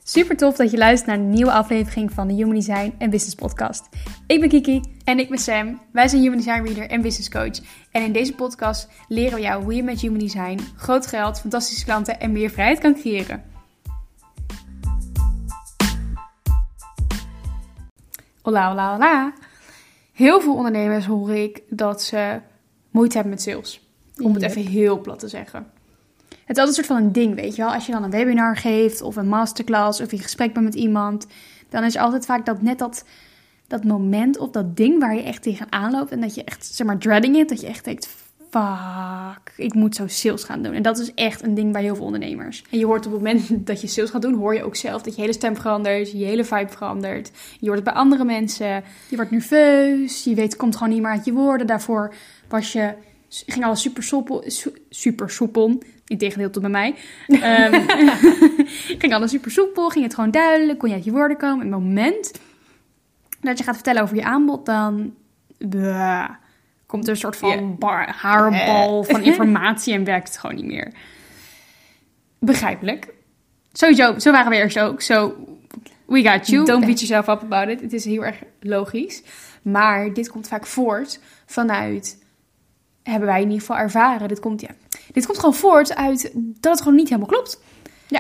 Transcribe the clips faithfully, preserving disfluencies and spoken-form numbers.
Super tof dat je luistert naar een nieuwe aflevering van de Human Design en Business Podcast. Ik ben Kiki. En ik ben Sam. Wij zijn Human Design Reader en Business Coach. En in deze podcast leren we jou hoe je met Human Design groot geld, fantastische klanten en meer vrijheid kan creëren. Hola, hola, hola. Heel veel ondernemers hoor ik dat ze moeite hebben met sales. Om het Yep. even heel plat te zeggen. Het is altijd een soort van een ding, weet je wel. Als je dan een webinar geeft of een masterclass of je gesprek bent met iemand, dan is er altijd vaak dat net dat, dat moment of dat ding waar je echt tegenaan loopt en dat je echt, zeg maar, dreading it, dat je echt denkt, fuck, ik moet zo sales gaan doen. En dat is echt een ding bij heel veel ondernemers. En je hoort op het moment dat je sales gaat doen, hoor je ook zelf dat je hele stem verandert, je hele vibe verandert. Je hoort het bij andere mensen, je wordt nerveus, je weet, het komt gewoon niet meer uit je woorden. Daarvoor was je, ging alles super soepel, su- super soepel. Integendeel tot bij mij. Um, ging alles super soepel, ging het gewoon duidelijk, kon je uit je woorden komen. En op het moment dat je gaat vertellen over je aanbod, dan bleh, komt er een soort van Yeah. bar, haarbal van informatie en werkt het gewoon niet meer. Begrijpelijk. Sowieso, zo waren we eerst ook. So, we got you. Don't beat yourself up about it. Het is heel erg logisch. Maar dit komt vaak voort vanuit, hebben wij in ieder geval ervaren. Dit komt, ja, dit komt gewoon voort uit dat het gewoon niet helemaal klopt. Ja.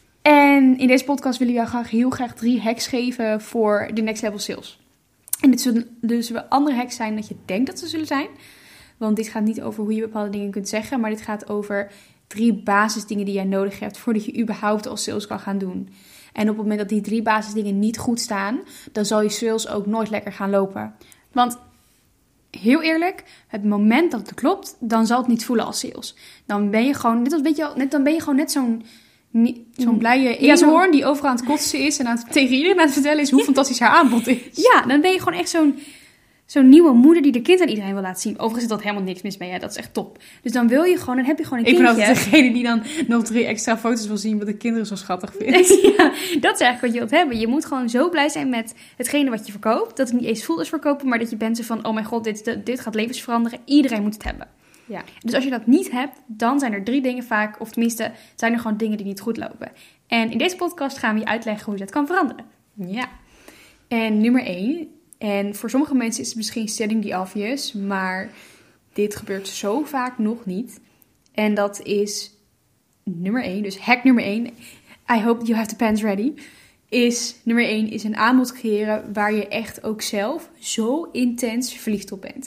En in deze podcast willen we jou graag heel graag drie hacks geven voor de next level sales. En dit zullen dus wel andere hacks zijn dat je denkt dat ze zullen zijn. Want dit gaat niet over hoe je bepaalde dingen kunt zeggen, maar dit gaat over drie basisdingen die jij nodig hebt voordat je überhaupt al sales kan gaan doen. En op het moment dat die drie basisdingen niet goed staan, dan zal je sales ook nooit lekker gaan lopen. Want heel eerlijk, het moment dat het klopt, dan zal het niet voelen als sales. Dan ben je gewoon, net als, weet je wel, net, dan ben je gewoon net zo'n, ni- zo'n blije Ja, zo- eenhoorn die overal aan het kotsen is en aan het, tegen iedereen aan het vertellen is hoe fantastisch haar aanbod is. Ja, dan ben je gewoon echt zo'n, zo'n nieuwe moeder die de kind aan iedereen wil laten zien. Overigens is dat helemaal niks mis mee, hè? Dat is echt top. Dus dan wil je gewoon, dan heb je gewoon een Ik ben kindje. altijd degene die dan nog drie extra foto's wil zien wat de kinderen zo schattig vinden. Ja, dat is eigenlijk wat je wilt hebben. Je moet gewoon zo blij zijn met hetgene wat je verkoopt. Dat het niet eens voelt als verkopen, maar dat je bent zo van, oh mijn god, dit, dit gaat levens veranderen. Iedereen moet het hebben. Ja. Dus als je dat niet hebt, dan zijn er drie dingen vaak, of tenminste zijn er gewoon dingen die niet goed lopen. En in deze podcast gaan we je uitleggen hoe je dat kan veranderen. Ja. En nummer één. En voor sommige mensen is het misschien setting the obvious, maar dit gebeurt zo vaak nog niet. En dat is nummer één. Dus hack nummer één. I hope you have the pens ready. Is nummer één is een aanbod creëren waar je echt ook zelf zo intens verliefd op bent.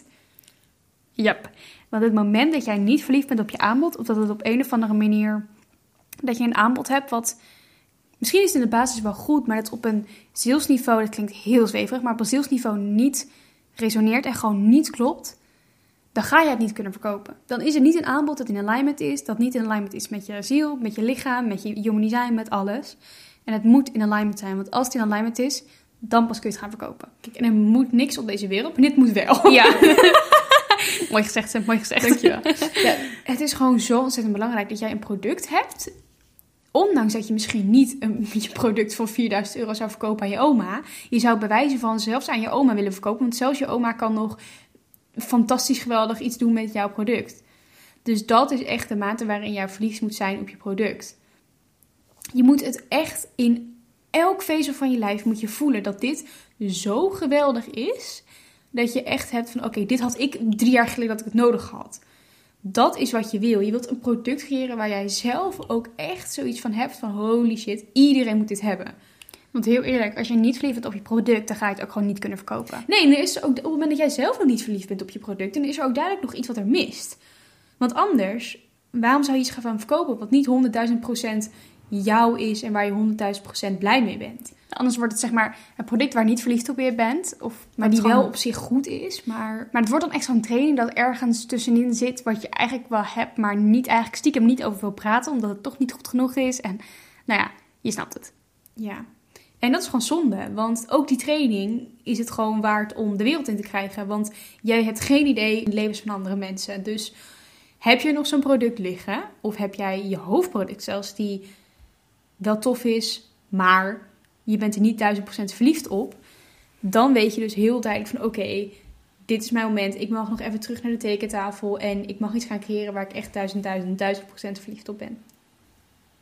Yep. Want het moment dat jij niet verliefd bent op je aanbod, of dat het op een of andere manier, dat je een aanbod hebt wat, misschien is het in de basis wel goed, maar dat op een zielsniveau, dat klinkt heel zweverig, maar op een zielsniveau niet resoneert en gewoon niet klopt, dan ga je het niet kunnen verkopen. Dan is het niet een aanbod dat in alignment is, dat niet in alignment is met je ziel, met je lichaam, met je human design, met alles. En het moet in alignment zijn, want als het in alignment is, dan pas kun je het gaan verkopen. Kijk, en er moet niks op deze wereld, maar dit moet wel. Ja. Mooi gezegd, Sam, mooi gezegd. Dankjewel. Ja, het is gewoon zo ontzettend belangrijk dat jij een product hebt. Ondanks dat je misschien niet een je product voor vierduizend euro zou verkopen aan je oma. Je zou bij wijze van zelfs aan je oma willen verkopen. Want zelfs je oma kan nog fantastisch geweldig iets doen met jouw product. Dus dat is echt de mate waarin jij verliefd moet zijn op je product. Je moet het echt in elk vezel van je lijf moet je voelen dat dit zo geweldig is. Dat je echt hebt van, oké, okay, dit had ik drie jaar geleden dat ik het nodig had. Dat is wat je wil. Je wilt een product creëren waar jij zelf ook echt zoiets van hebt van, holy shit, iedereen moet dit hebben. Want heel eerlijk, als je niet verliefd bent op je product, dan ga je het ook gewoon niet kunnen verkopen. Nee, dan is er ook, op het moment dat jij zelf nog niet verliefd bent op je product, dan is er ook duidelijk nog iets wat er mist. Want anders, waarom zou je iets gaan verkopen wat niet honderdduizend procent jou is en waar je honderdduizend procent blij mee bent? Anders wordt het zeg maar een product waar je niet verliefd op je bent. Of, Maar die het wel gewoon- op zich goed is, maar Maar het wordt dan echt zo'n training dat ergens tussenin zit wat je eigenlijk wel hebt, maar niet eigenlijk stiekem niet over wil praten, omdat het toch niet goed genoeg is. En nou ja, je snapt het. ja. En dat is gewoon zonde, want ook die training is het gewoon waard om de wereld in te krijgen. Want jij hebt geen idee in de levens van andere mensen. Dus heb je nog zo'n product liggen, of heb jij je hoofdproduct zelfs die wel tof is, maar je bent er niet duizend procent verliefd op, dan weet je dus heel duidelijk van oké, okay, dit is mijn moment. Ik mag nog even terug naar de tekentafel en ik mag iets gaan creëren waar ik echt duizend, duizend, duizend procent verliefd op ben.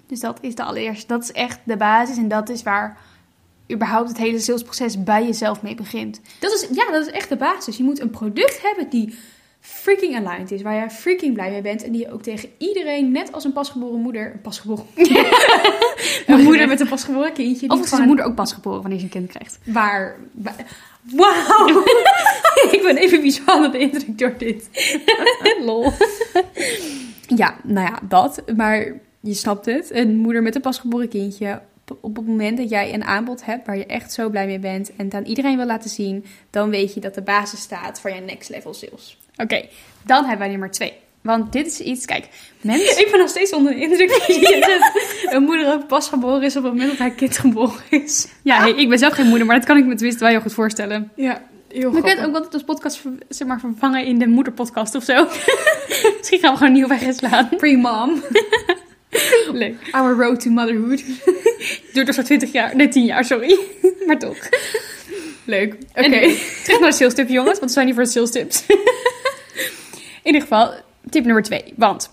Dus dat is de allereerste. Dat is echt de basis. En dat is waar überhaupt het hele salesproces bij jezelf mee begint. Dat is, ja, dat is echt de basis. Je moet een product hebben die freaking aligned is. Waar je freaking blij mee bent. En die je ook tegen iedereen, net als een pasgeboren moeder... Een pasgeboren... een moeder met een pasgeboren kindje. Of is een moeder ook pasgeboren wanneer ze een kind krijgt. Waar... waar Wauw! Ik ben even bizar onder de indruk door dit. Lol. Ja, nou ja, dat. Maar je snapt het. Een moeder met een pasgeboren kindje. Op het moment dat jij een aanbod hebt waar je echt zo blij mee bent en het aan iedereen wil laten zien, dan weet je dat de basis staat voor je next level sales. Oké, okay, dan hebben wij nummer twee. Want dit is iets, kijk, mensen... Ik ben nog steeds onder de indruk dat je een moeder ook pas geboren is op het moment dat haar kind geboren is. Ja, hey, ik ben zelf geen moeder, maar dat kan ik me tenminste wel heel goed voorstellen. Ja, heel goed. We kunnen ook altijd als podcast zeg maar, vervangen in de moederpodcast of zo. Misschien gaan we gewoon een nieuwe weg slaan. Pre-mom. Leuk. Our road to motherhood. Duurt dus al twintig jaar. Nee, tien jaar, sorry. Maar toch. Leuk. Oké. Okay. Terug naar de sales tip, jongens. Want we zijn hier voor de sales tips. In ieder geval, tip nummer twee. Want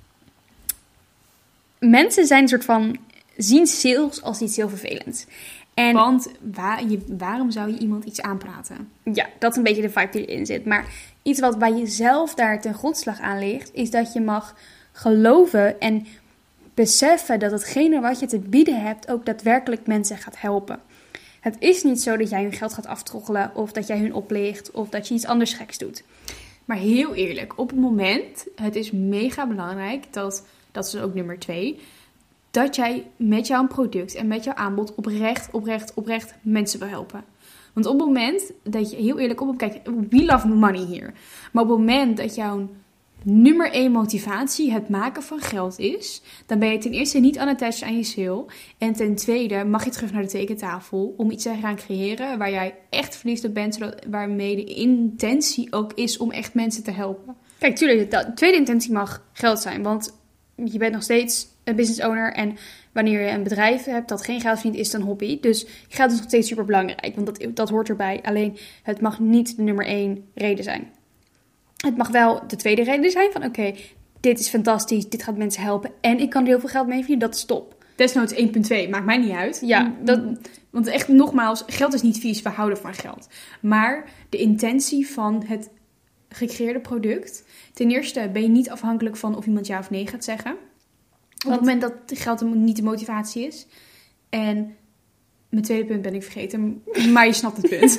mensen zijn een soort van... zien sales als iets heel vervelend. En want waar, je, waarom zou je iemand iets aanpraten? Ja, dat is een beetje de vibe die erin zit. Maar iets wat bij jezelf daar ten grondslag aan ligt... is dat je mag geloven en beseffen dat hetgene wat je te bieden hebt ook daadwerkelijk mensen gaat helpen. Het is niet zo dat jij hun geld gaat aftroggelen of dat jij hun oplicht of dat je iets anders geks doet. Maar heel eerlijk, op het moment, het is mega belangrijk dat, dat is ook nummer twee, dat jij met jouw product en met jouw aanbod oprecht, oprecht, oprecht mensen wil helpen. Want op het moment dat je, heel eerlijk, op, kijk, we love money hier. Maar op het moment dat jouw nummer één motivatie het maken van geld is, dan ben je ten eerste niet unattached aan je sale. En ten tweede mag je terug naar de tekentafel om iets te gaan creëren waar jij echt verliefd op bent, zodat, waarmee de intentie ook is om echt mensen te helpen. Kijk, tuurlijk, de tweede intentie mag geld zijn, want je bent nog steeds een business owner en wanneer je een bedrijf hebt dat geen geld verdient, is het een hobby. Dus geld is nog steeds super belangrijk, want dat, dat hoort erbij. Alleen, het mag niet de nummer één reden zijn. Het mag wel de tweede reden zijn van oké, okay, dit is fantastisch, dit gaat mensen helpen en ik kan er heel veel geld mee verdienen, dat is top. Desnoods één punt twee, maakt mij niet uit. Ja, dat, want echt nogmaals, geld is niet vies, we houden van geld. Maar de intentie van het gecreëerde product, ten eerste ben je niet afhankelijk van of iemand ja of nee gaat zeggen. Op het moment dat geld niet de motivatie is. En mijn tweede punt ben ik vergeten, maar je snapt het punt.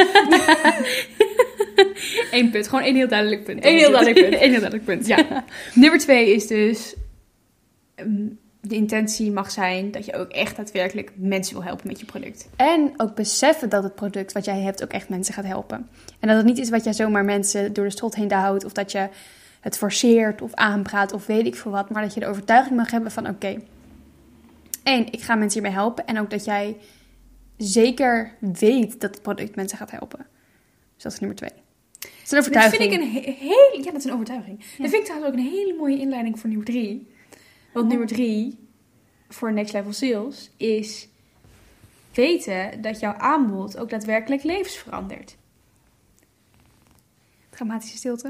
Eén punt, gewoon één heel duidelijk punt. Eén heel duidelijk punt. Eén heel duidelijk punt. Ja. Nummer twee is dus, um, de intentie mag zijn dat je ook echt daadwerkelijk mensen wil helpen met je product. En ook beseffen dat het product wat jij hebt ook echt mensen gaat helpen. En dat het niet is wat jij zomaar mensen door de strot heen houdt, of dat je het forceert of aanpraat of weet ik veel wat, maar dat je de overtuiging mag hebben van oké, okay, één, ik ga mensen hiermee helpen en ook dat jij zeker weet dat het product mensen gaat helpen. Dus dat is nummer twee. Dat is een overtuiging. Dat vind ik een he- hele... Ja, dat is een overtuiging. Ja. Dat vind ik trouwens ook een hele mooie inleiding voor nummer drie. Want nummer drie, voor Next Level Sales, is weten dat jouw aanbod ook daadwerkelijk levens verandert. Dramatische stilte.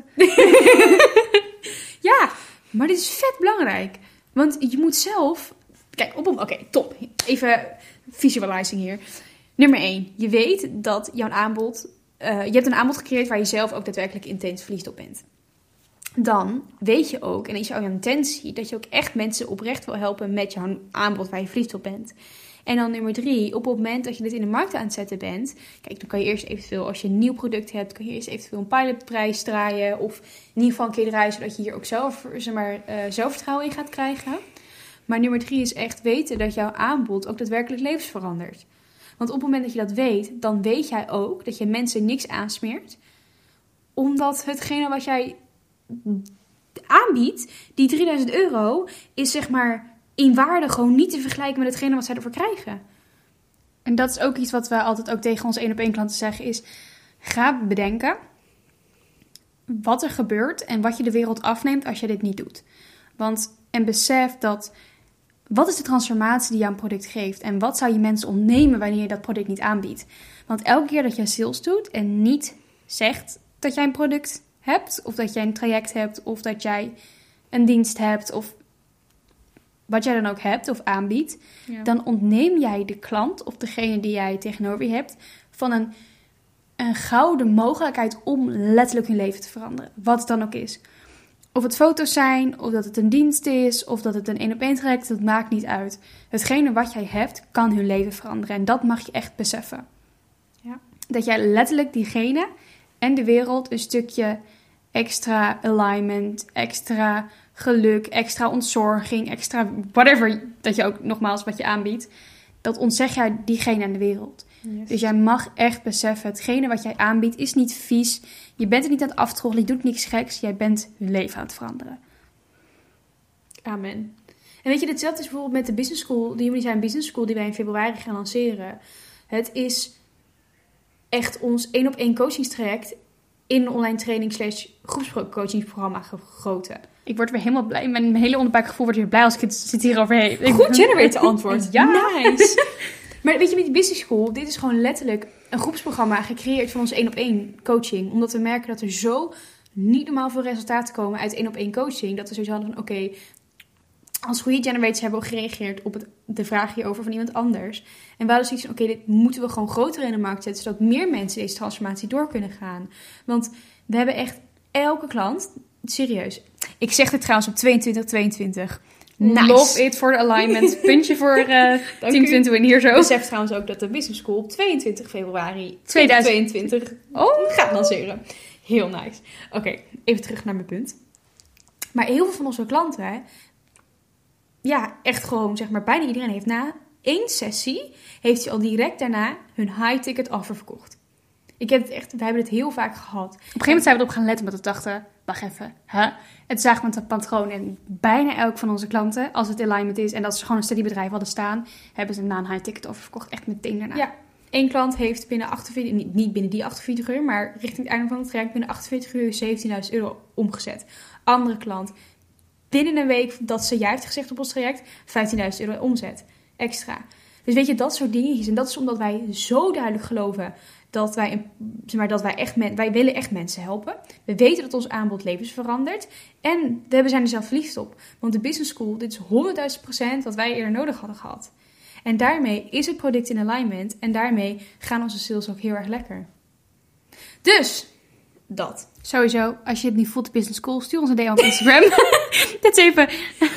Ja, maar dit is vet belangrijk. Want je moet zelf... Kijk, op een... Oké, okay, top. Even visualizing hier. Nummer één. Je weet dat jouw aanbod... Uh, je hebt een aanbod gecreëerd waar je zelf ook daadwerkelijk intens verliefd op bent. Dan weet je ook, en is jouw intentie, dat je ook echt mensen oprecht wil helpen met jouw aanbod waar je verliefd op bent. En dan nummer drie, op het moment dat je dit in de markt aan het zetten bent, kijk, dan kan je eerst eventueel, als je een nieuw product hebt, kan je eerst eventueel een pilotprijs draaien, of in ieder geval een keer draaien, zodat je hier ook zelf, zeg maar, uh, zelfvertrouwen in gaat krijgen. Maar nummer drie is echt weten dat jouw aanbod ook daadwerkelijk levens verandert. Want op het moment dat je dat weet, dan weet jij ook dat je mensen niks aansmeert. Omdat hetgene wat jij aanbiedt, die drieduizend euro, is zeg maar in waarde gewoon niet te vergelijken met hetgene wat zij ervoor krijgen. En dat is ook iets wat we altijd ook tegen onze één op één klanten zeggen, is ga bedenken wat er gebeurt en wat je de wereld afneemt als je dit niet doet. Want, en besef dat, wat is de transformatie die jouw product geeft? En wat zou je mensen ontnemen wanneer je dat product niet aanbiedt? Want elke keer dat je sales doet en niet zegt dat jij een product hebt, of dat jij een traject hebt, of dat jij een dienst hebt, of wat jij dan ook hebt of aanbiedt, Ja. dan ontneem jij de klant of degene die jij tegenover je hebt van een, een gouden mogelijkheid om letterlijk hun leven te veranderen. Wat het dan ook is. Of het foto's zijn, of dat het een dienst is, of dat het een één op één traject, dat maakt niet uit. Hetgene wat jij hebt, kan hun leven veranderen. En dat mag je echt beseffen. Ja. Dat jij letterlijk diegene en de wereld een stukje extra alignment, extra geluk, extra ontzorging, extra whatever dat je ook nogmaals wat je aanbiedt, dat ontzeg jij diegene aan de wereld. Yes. Dus jij mag echt beseffen, hetgene wat jij aanbiedt is niet vies. Je bent er niet aan het aftroggelen, je doet niks geks. Jij bent je leven aan het veranderen. Amen. En weet je, hetzelfde is bijvoorbeeld met de business school, de Human Design Business School die wij in februari gaan lanceren. Het is echt ons één op één coachingstraject in een online training slash groepscoachingsprogramma gegoten. Ik word weer helemaal blij. Mijn hele onderbuikgevoel wordt weer blij als ik het zit hierover heen. Goed generator antwoord. Ja. Nice. Maar weet je, met die business school, dit is gewoon letterlijk een groepsprogramma gecreëerd van onze één op één coaching. Omdat we merken dat er zo niet normaal veel resultaten komen uit één op één coaching. Dat we sowieso hadden van, oké, okay, als goede generators hebben we ook gereageerd op het, de vraag hierover van iemand anders. En we hadden zoiets van, oké, okay, dit moeten we gewoon groter in de markt zetten, zodat meer mensen deze transformatie door kunnen gaan. Want we hebben echt elke klant, serieus. Ik zeg dit trouwens op tweeëntwintig tweeëntwintig. Nice. Love it for the alignment. Puntje voor uh, Team Twinto in hier zo. Ik besef trouwens ook dat de Business School op tweeëntwintig februari tweeduizend tweeëntwintig oh. gaat lanceren. Heel nice. Oké, okay, even terug naar mijn punt. Maar heel veel van onze klanten, hè, ja, echt gewoon, zeg maar, bijna iedereen heeft na één sessie, heeft hij al direct daarna hun high-ticket offer verkocht. Ik heb het echt, we hebben het heel vaak gehad. Op een gegeven moment zijn we erop gaan letten, omdat we dachten, wacht even, hè? Het zagen we het patroon in bijna elk van onze klanten, als het alignment is en dat ze gewoon een steady bedrijf hadden staan, hebben ze na een high-ticket offer verkocht, echt meteen daarna. Ja, één klant heeft binnen achtenveertig, niet, niet binnen die achtenveertig uur, maar richting het einde van het traject binnen achtenveertig uur zeventienduizend euro omgezet. Andere klant, binnen een week dat ze ja heeft gezegd op ons traject, vijftienduizend euro omzet extra. Dus weet je, dat soort dingetjes. En dat is omdat wij zo duidelijk geloven dat wij, zeg maar, dat wij echt, men, wij willen echt mensen helpen. We weten dat ons aanbod levens verandert. En we zijn er zelf verliefd op. Want de business school, dit is honderdduizend procent wat wij eerder nodig hadden gehad. En daarmee is het product in alignment. En daarmee gaan onze sales ook heel erg lekker. Dus, dat. Sowieso, als je het niet voelt, business school, stuur ons een D M op Instagram. Dit is even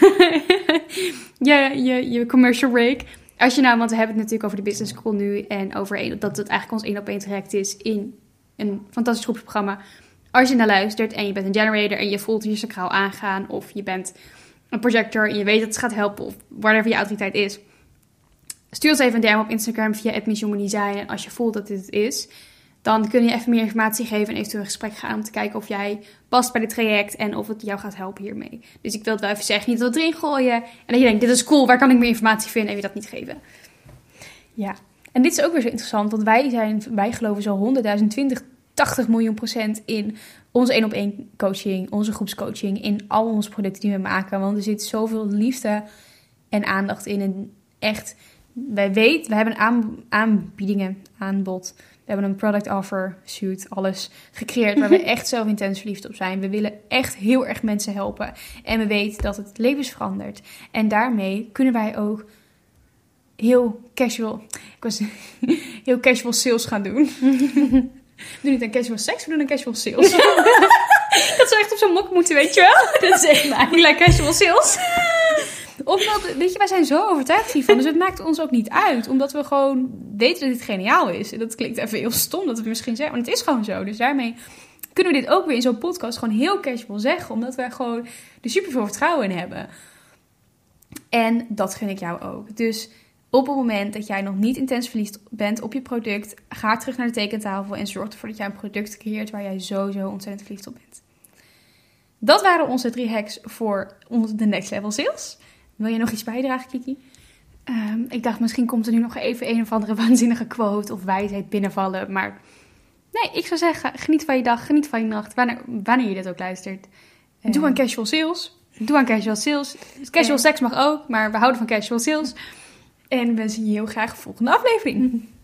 je, je, je commercial break. Als je nou, want we hebben het natuurlijk over de business school nu en over een, dat het eigenlijk ons één op één traject is in een fantastisch groepsprogramma. Als je naar luistert en je bent een generator en je voelt je sacraal aangaan, of je bent een projector en je weet dat het gaat helpen, of whatever je autoriteit is, stuur ons even een D M op Instagram via at Miss Human Design. En als je voelt dat dit het is, dan kun je even meer informatie geven en eventueel een gesprek gaan om te kijken of jij past bij dit traject en of het jou gaat helpen hiermee. Dus ik wil het wel even zeggen, niet dat we het erin gooien en dat je denkt, dit is cool, waar kan ik meer informatie vinden en je dat niet geven. Ja, en dit is ook weer zo interessant, want wij zijn, wij geloven zo honderdduizend, twintig, tachtig miljoen procent in onze één op één coaching, onze groepscoaching, in al onze producten die we maken. Want er zit zoveel liefde en aandacht in en echt, wij weten, we hebben aan, aanbiedingen, aanbod. We hebben een product offer, shoot, alles gecreëerd waar we echt zelf intens verliefd op zijn. We willen echt heel erg mensen helpen. En we weten dat het levens verandert. En daarmee kunnen wij ook heel casual, ik was, heel casual sales gaan doen. We doen niet aan casual seks, we doen aan casual sales. Dat zou echt op zo'n mok moeten, weet je wel? Dat is echt nice. We like casual sales. Omdat, weet je, wij zijn zo overtuigd hiervan. Dus het maakt ons ook niet uit. Omdat we gewoon weten dat dit geniaal is. En dat klinkt even heel stom dat we misschien zeggen. Maar het is gewoon zo. Dus daarmee kunnen we dit ook weer in zo'n podcast gewoon heel casual zeggen. Omdat wij gewoon er super veel vertrouwen in hebben. En dat gun ik jou ook. Dus op het moment dat jij nog niet intens verliefd bent op je product, ga terug naar de tekentafel en zorg ervoor dat jij een product creëert waar jij sowieso ontzettend verliefd op bent. Dat waren onze drie hacks voor de Next Level Sales. Wil je nog iets bijdragen, Kiki? Um, ik dacht, misschien komt er nu nog even een of andere waanzinnige quote of wijsheid binnenvallen. Maar nee, ik zou zeggen, geniet van je dag, geniet van je nacht, wanneer, wanneer je dit ook luistert. Um, Doe aan casual sales. Doe aan casual sales. Casual en... seks mag ook, maar we houden van casual sales. En we zien je heel graag de volgende aflevering.